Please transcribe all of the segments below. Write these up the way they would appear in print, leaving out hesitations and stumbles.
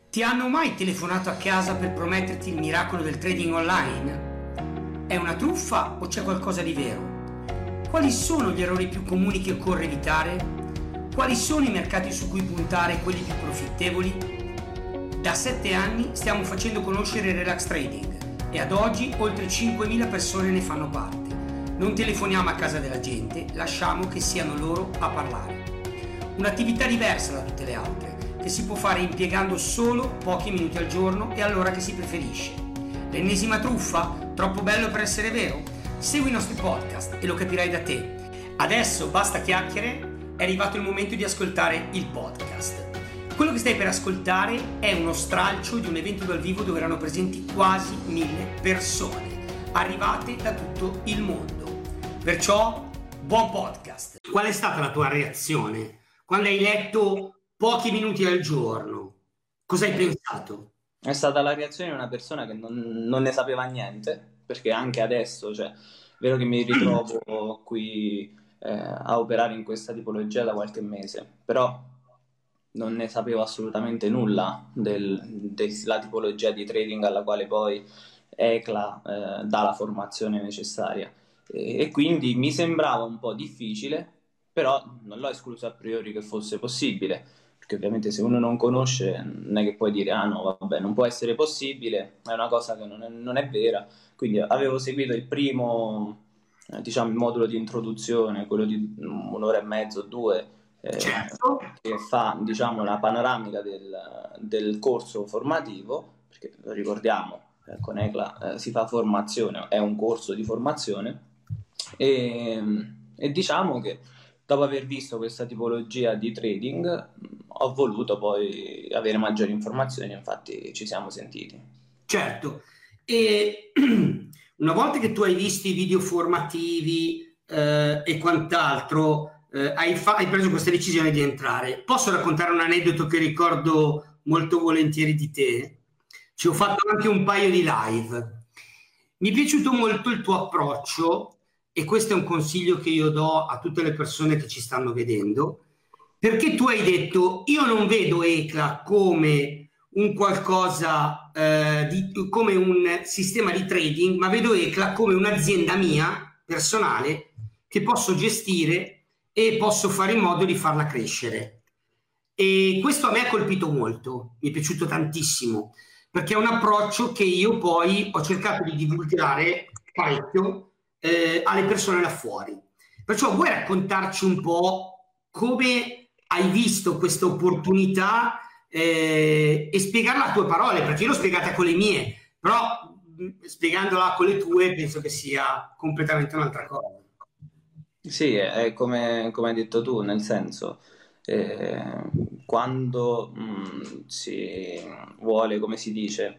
Ti hanno mai telefonato a casa per prometterti il miracolo del trading online? È una truffa o c'è qualcosa di vero? Quali sono gli errori più comuni che occorre evitare? Quali sono i mercati su cui puntare e quelli più profittevoli? Da 7 anni stiamo facendo conoscere Relax Trading e ad oggi oltre 5.000 persone ne fanno parte. Non telefoniamo a casa della gente, lasciamo che siano loro a parlare. Un'attività diversa da tutte le altre, che si può fare impiegando solo pochi minuti al giorno e all'ora che si preferisce. L'ennesima truffa? Troppo bello per essere vero? Segui i nostri podcast e lo capirai da te. Adesso basta chiacchiere, è arrivato il momento di ascoltare il podcast. Quello che stai per ascoltare è uno stralcio di un evento dal vivo dove erano presenti quasi 1.000 persone, arrivate da tutto il mondo. Perciò, buon podcast! Qual è stata la tua reazione quando hai letto pochi minuti al giorno? Cosa hai pensato? È stata la reazione di una persona che non ne sapeva niente, perché anche adesso, è vero che mi ritrovo qui a operare in questa tipologia da qualche mese, però non ne sapevo assolutamente nulla della tipologia di trading alla quale poi ECLA dà la formazione necessaria. E quindi mi sembrava un po' difficile, però non l'ho escluso a priori che fosse possibile, perché ovviamente se uno non conosce non è che puoi dire ah no vabbè non può essere possibile, è una cosa che non è vera. Quindi avevo seguito il primo il modulo di introduzione, quello di un'ora e mezzo, due, Certo. che fa la panoramica del corso formativo, perché lo ricordiamo, con ECLA si fa formazione, è un corso di formazione, e diciamo che dopo aver visto questa tipologia di trading ho voluto poi avere maggiori informazioni, infatti ci siamo sentiti. Certo, e una volta che tu hai visto i video formativi e quant'altro, hai preso questa decisione di entrare. Posso raccontare un aneddoto che ricordo molto volentieri di te? Ci ho fatto anche un paio di live. Mi è piaciuto molto il tuo approccio e questo è un consiglio che io do a tutte le persone che ci stanno vedendo, perché tu hai detto io non vedo ECLA come un qualcosa come un sistema di trading, ma vedo ECLA come un'azienda mia personale che posso gestire e posso fare in modo di farla crescere. E questo a me ha colpito molto, mi è piaciuto tantissimo, perché è un approccio che io poi ho cercato di divulgare parecchio alle persone là fuori. Perciò vuoi raccontarci un po' come hai visto questa opportunità e spiegarla a tue parole, perché io l'ho spiegata con le mie, però spiegandola con le tue penso che sia completamente un'altra cosa. Sì, è come hai detto tu, nel senso, eh, quando si vuole, come si dice,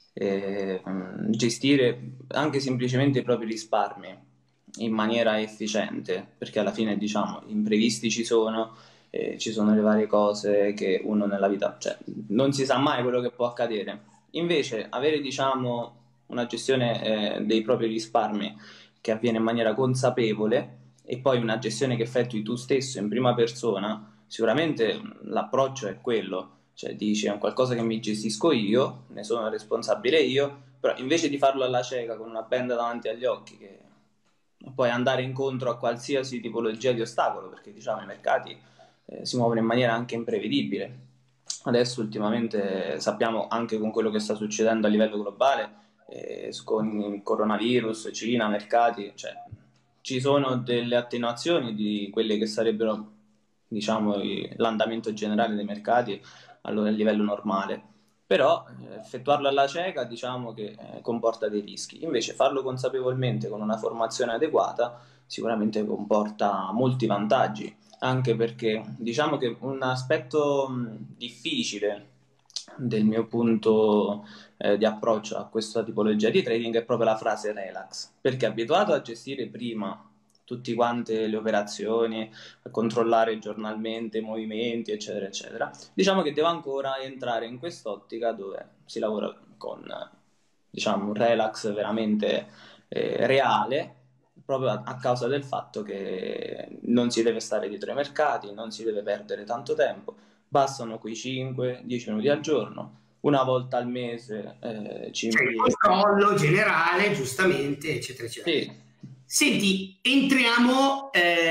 gestire anche semplicemente i propri risparmi in maniera efficiente, perché alla fine, imprevisti ci sono le varie cose che uno nella vita, non si sa mai quello che può accadere. Invece, avere, una gestione dei propri risparmi che avviene in maniera consapevole e poi una gestione che effettui tu stesso in prima persona, sicuramente l'approccio è quello, cioè dici è un qualcosa che mi gestisco io, ne sono responsabile io, però invece di farlo alla cieca con una benda davanti agli occhi che puoi andare incontro a qualsiasi tipologia di ostacolo, perché i mercati si muovono in maniera anche imprevedibile. Adesso ultimamente sappiamo anche con quello che sta succedendo a livello globale, con il coronavirus, Cina, mercati, ci sono delle attenuazioni di quelle che sarebbero l'andamento generale dei mercati allora, a livello normale. Però effettuarlo alla cieca che comporta dei rischi, invece farlo consapevolmente con una formazione adeguata sicuramente comporta molti vantaggi, anche perché che un aspetto difficile del mio punto di approccio a questa tipologia di trading è proprio la frase relax, perché abituato a gestire prima tutte quante le operazioni, a controllare giornalmente i movimenti, eccetera, eccetera. Che devo ancora entrare in quest'ottica dove si lavora con, un relax veramente reale, proprio a causa del fatto che non si deve stare dietro ai mercati, non si deve perdere tanto tempo, bastano quei 5-10 minuti al giorno, una volta al mese ci C'è il invia. controllo generale, giustamente, eccetera, eccetera. Sì, Senti, entriamo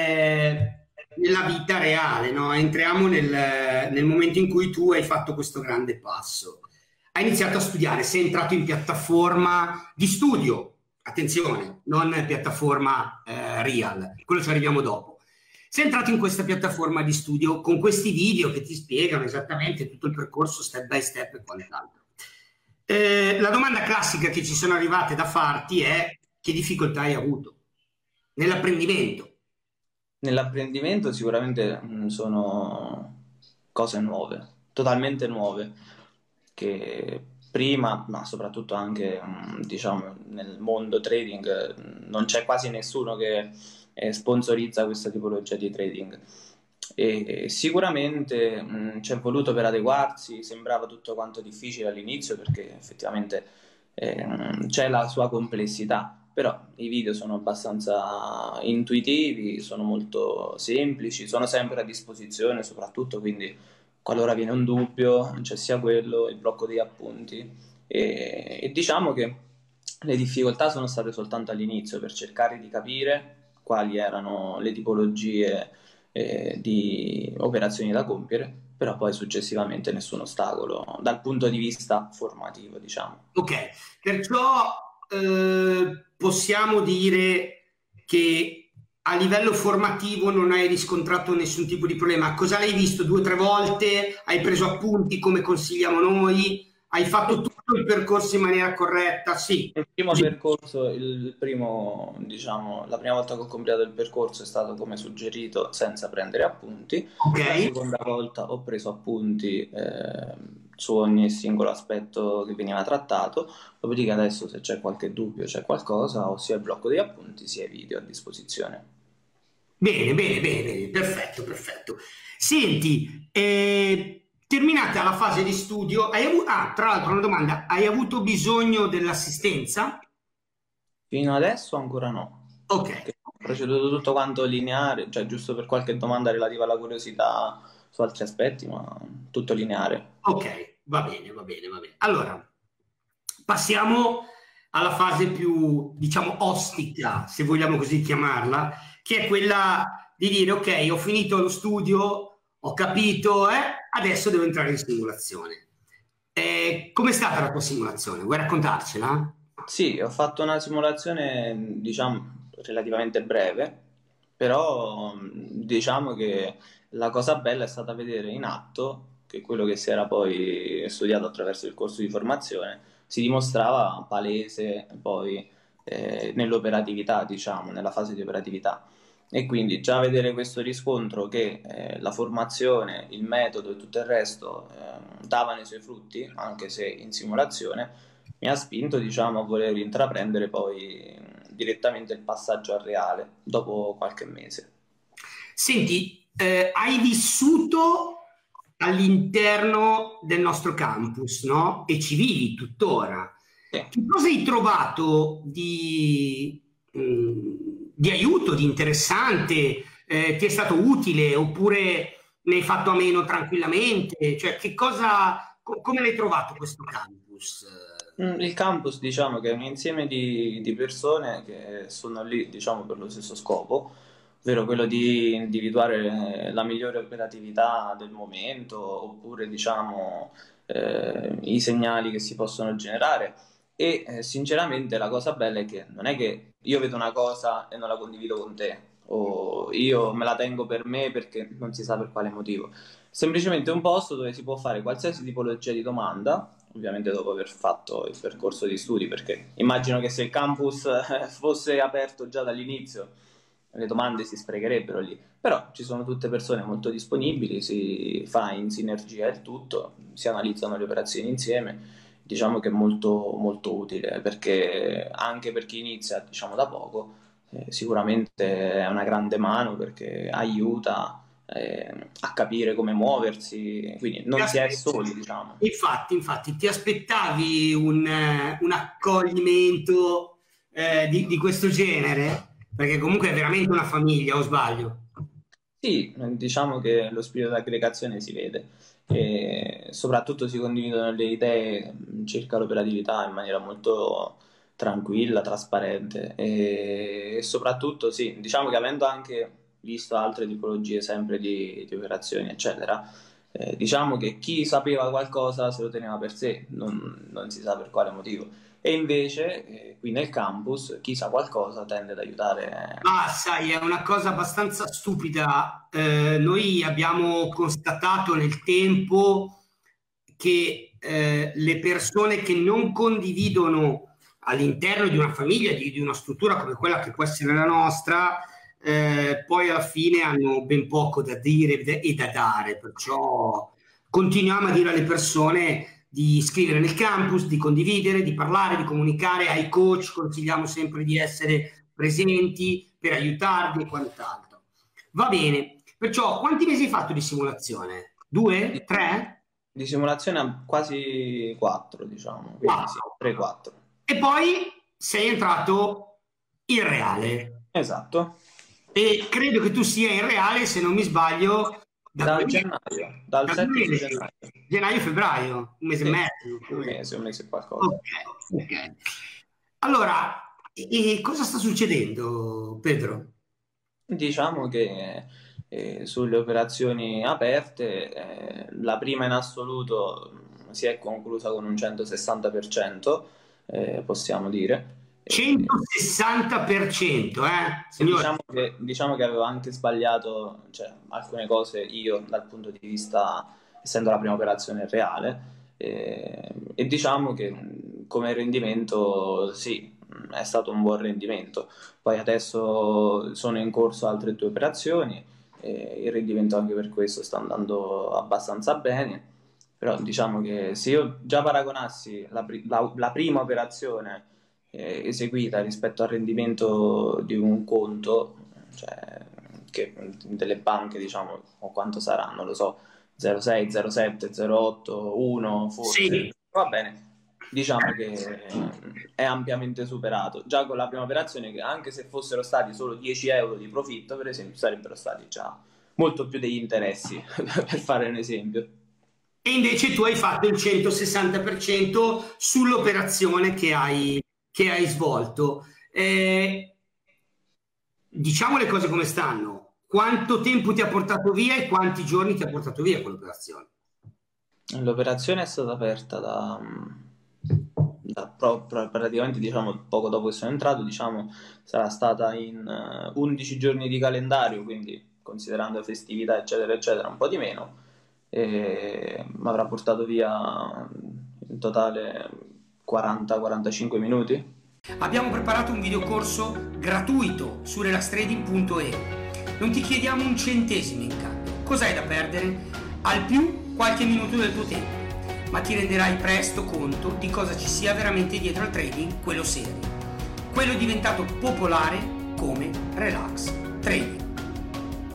nella vita reale, no? Entriamo nel momento in cui tu hai fatto questo grande passo. Hai iniziato a studiare, sei entrato in piattaforma di studio, attenzione, non piattaforma real, quello ci arriviamo dopo. Sei entrato in questa piattaforma di studio con questi video che ti spiegano esattamente tutto il percorso step by step e quant'altro. La domanda classica che ci sono arrivate da farti è: che difficoltà hai avuto nell'apprendimento? nell'apprendimento sicuramente sono cose nuove, totalmente nuove, che prima, ma soprattutto anche diciamo nel mondo trading, non c'è quasi nessuno che sponsorizza questa tipologia di trading. E sicuramente ci è voluto per adeguarsi, sembrava tutto quanto difficile all'inizio perché effettivamente c'è la sua complessità, però i video sono abbastanza intuitivi, sono molto semplici, sono sempre a disposizione soprattutto, quindi qualora viene un dubbio c'è sia quello, il blocco degli appunti e diciamo che le difficoltà sono state soltanto all'inizio per cercare di capire quali erano le tipologie di operazioni da compiere, però poi successivamente nessun ostacolo dal punto di vista formativo, diciamo. Ok, perciò possiamo dire che a livello formativo non hai riscontrato nessun tipo di problema. Cosa l'hai visto 2 o 3 volte? Hai preso appunti come consigliamo noi? Hai fatto tutto il percorso in maniera corretta? Sì. Il primo Così. percorso, diciamo, la prima volta che ho completato il percorso è stato come suggerito senza prendere appunti. Ok. La seconda volta ho preso appunti su ogni singolo aspetto che veniva trattato, dopodiché adesso se c'è qualche dubbio, c'è qualcosa, ho sia il blocco degli appunti sia i video a disposizione. Bene, bene, bene, bene, perfetto, perfetto. Senti, terminata la fase di studio, tra l'altro una domanda, hai avuto bisogno dell'assistenza? Fino adesso ancora no, Ok, perché ho proceduto tutto quanto lineare, cioè giusto per qualche domanda relativa alla curiosità su altri aspetti, ma tutto lineare. ok, va bene, va bene, va bene. Allora, passiamo alla fase più, diciamo, ostica, se vogliamo così chiamarla, che è quella di dire, ok, ho finito lo studio, ho capito, adesso devo entrare in simulazione. Com'è stata la tua simulazione? Vuoi raccontarcela? Sì, ho fatto una simulazione, diciamo, relativamente breve, però diciamo che la cosa bella è stata vedere in atto che quello che si era poi studiato attraverso il corso di formazione si dimostrava palese poi nell'operatività, diciamo, nella fase di operatività. E quindi già vedere questo riscontro che la formazione, il metodo e tutto il resto davano i suoi frutti, anche se in simulazione, mi ha spinto, diciamo, a voler intraprendere poi direttamente il passaggio al reale dopo qualche mese. Senti, hai vissuto all'interno del nostro campus, no? E ci vivi tuttora. Sì. Che cosa hai trovato di aiuto, di interessante? Ti è stato utile oppure ne hai fatto a meno tranquillamente? Cioè, come l'hai trovato questo campus? Il campus, diciamo, che è un insieme di persone che sono lì, diciamo, per lo stesso scopo, ovvero quello di individuare la migliore operatività del momento, oppure, diciamo, i segnali che si possono generare. E sinceramente la cosa bella è che non è che io vedo una cosa e non la condivido con te, o io me la tengo per me perché non si sa per quale motivo. Semplicemente un posto dove si può fare qualsiasi tipologia di domanda, ovviamente dopo aver fatto il percorso di studi, perché immagino che se il campus fosse aperto già dall'inizio, le domande si sprecherebbero lì. Però ci sono tutte persone molto disponibili, si fa in sinergia il tutto, si analizzano le operazioni insieme. Diciamo che è molto, molto utile perché anche per chi inizia, diciamo, da poco, sicuramente è una grande mano perché aiuta a capire come muoversi, quindi non si è soli, diciamo. Infatti, ti aspettavi un accoglimento di questo genere? Perché comunque è veramente una famiglia, o sbaglio? Sì, diciamo che lo spirito di aggregazione si vede e soprattutto si condividono le idee circa l'operatività in maniera molto tranquilla, trasparente e soprattutto sì, diciamo che avendo anche visto altre tipologie sempre di operazioni, eccetera, diciamo che chi sapeva qualcosa se lo teneva per sé, non si sa per quale motivo. E invece qui nel campus chi sa qualcosa tende ad aiutare. Ma sai, è una cosa abbastanza stupida. Noi abbiamo constatato nel tempo che le persone che non condividono all'interno di una famiglia, di una struttura come quella che può essere la nostra, poi alla fine hanno ben poco da dire e da dare. Perciò continuiamo a dire alle persone di scrivere nel campus, di condividere, di parlare, di comunicare. Ai coach consigliamo sempre di essere presenti per aiutarli e quant'altro. Va bene, perciò quanti mesi hai fatto di simulazione? 2? 3? Di simulazione quasi 4, diciamo, quindi sì, 3-4. E poi sei entrato in reale. Esatto. E credo che tu sia in reale, se non mi sbaglio, dal gennaio, dal 7 di gennaio. Gennaio-febbraio, un mese sì, e mezzo. Un mese e qualcosa. Ok. Allora, cosa sta succedendo, Pedro? Diciamo che sulle operazioni aperte, la prima in assoluto si è conclusa con un 160%, possiamo dire. 160%, Diciamo che avevo anche sbagliato, cioè, alcune cose io dal punto di vista, essendo la prima operazione reale, e diciamo che come rendimento sì, è stato un buon rendimento. Poi adesso sono in corso altre 2 operazioni e il rendimento anche per questo sta andando abbastanza bene, però diciamo che se io già paragonassi la prima operazione eseguita rispetto al rendimento di un conto, cioè che delle banche, diciamo, o quanto sarà, non lo so, 0,6, 0,7, 0,8, 1 forse, sì. Va bene, diciamo che è ampiamente superato. Già con la prima operazione, che anche se fossero stati solo 10 euro di profitto, per esempio, sarebbero stati già molto più degli interessi, per fare un esempio. E invece tu hai fatto il 160% sull'operazione che hai svolto. Diciamo le cose come stanno. Quanto tempo ti ha portato via e quanti giorni ti ha portato via quell'operazione? L'operazione è stata aperta praticamente, diciamo, poco dopo che sono entrato, diciamo, sarà stata in 11 giorni di calendario, quindi considerando festività eccetera eccetera un po' di meno, e mi avrà portato via in totale 40-45 minuti. Abbiamo preparato un videocorso gratuito su relastrading.eu. Non ti chiediamo un centesimo in cambio. Cos'hai da perdere? Al più qualche minuto del tuo tempo, ma ti renderai presto conto di cosa ci sia veramente dietro al trading, quello serio, quello diventato popolare come Relax Trading.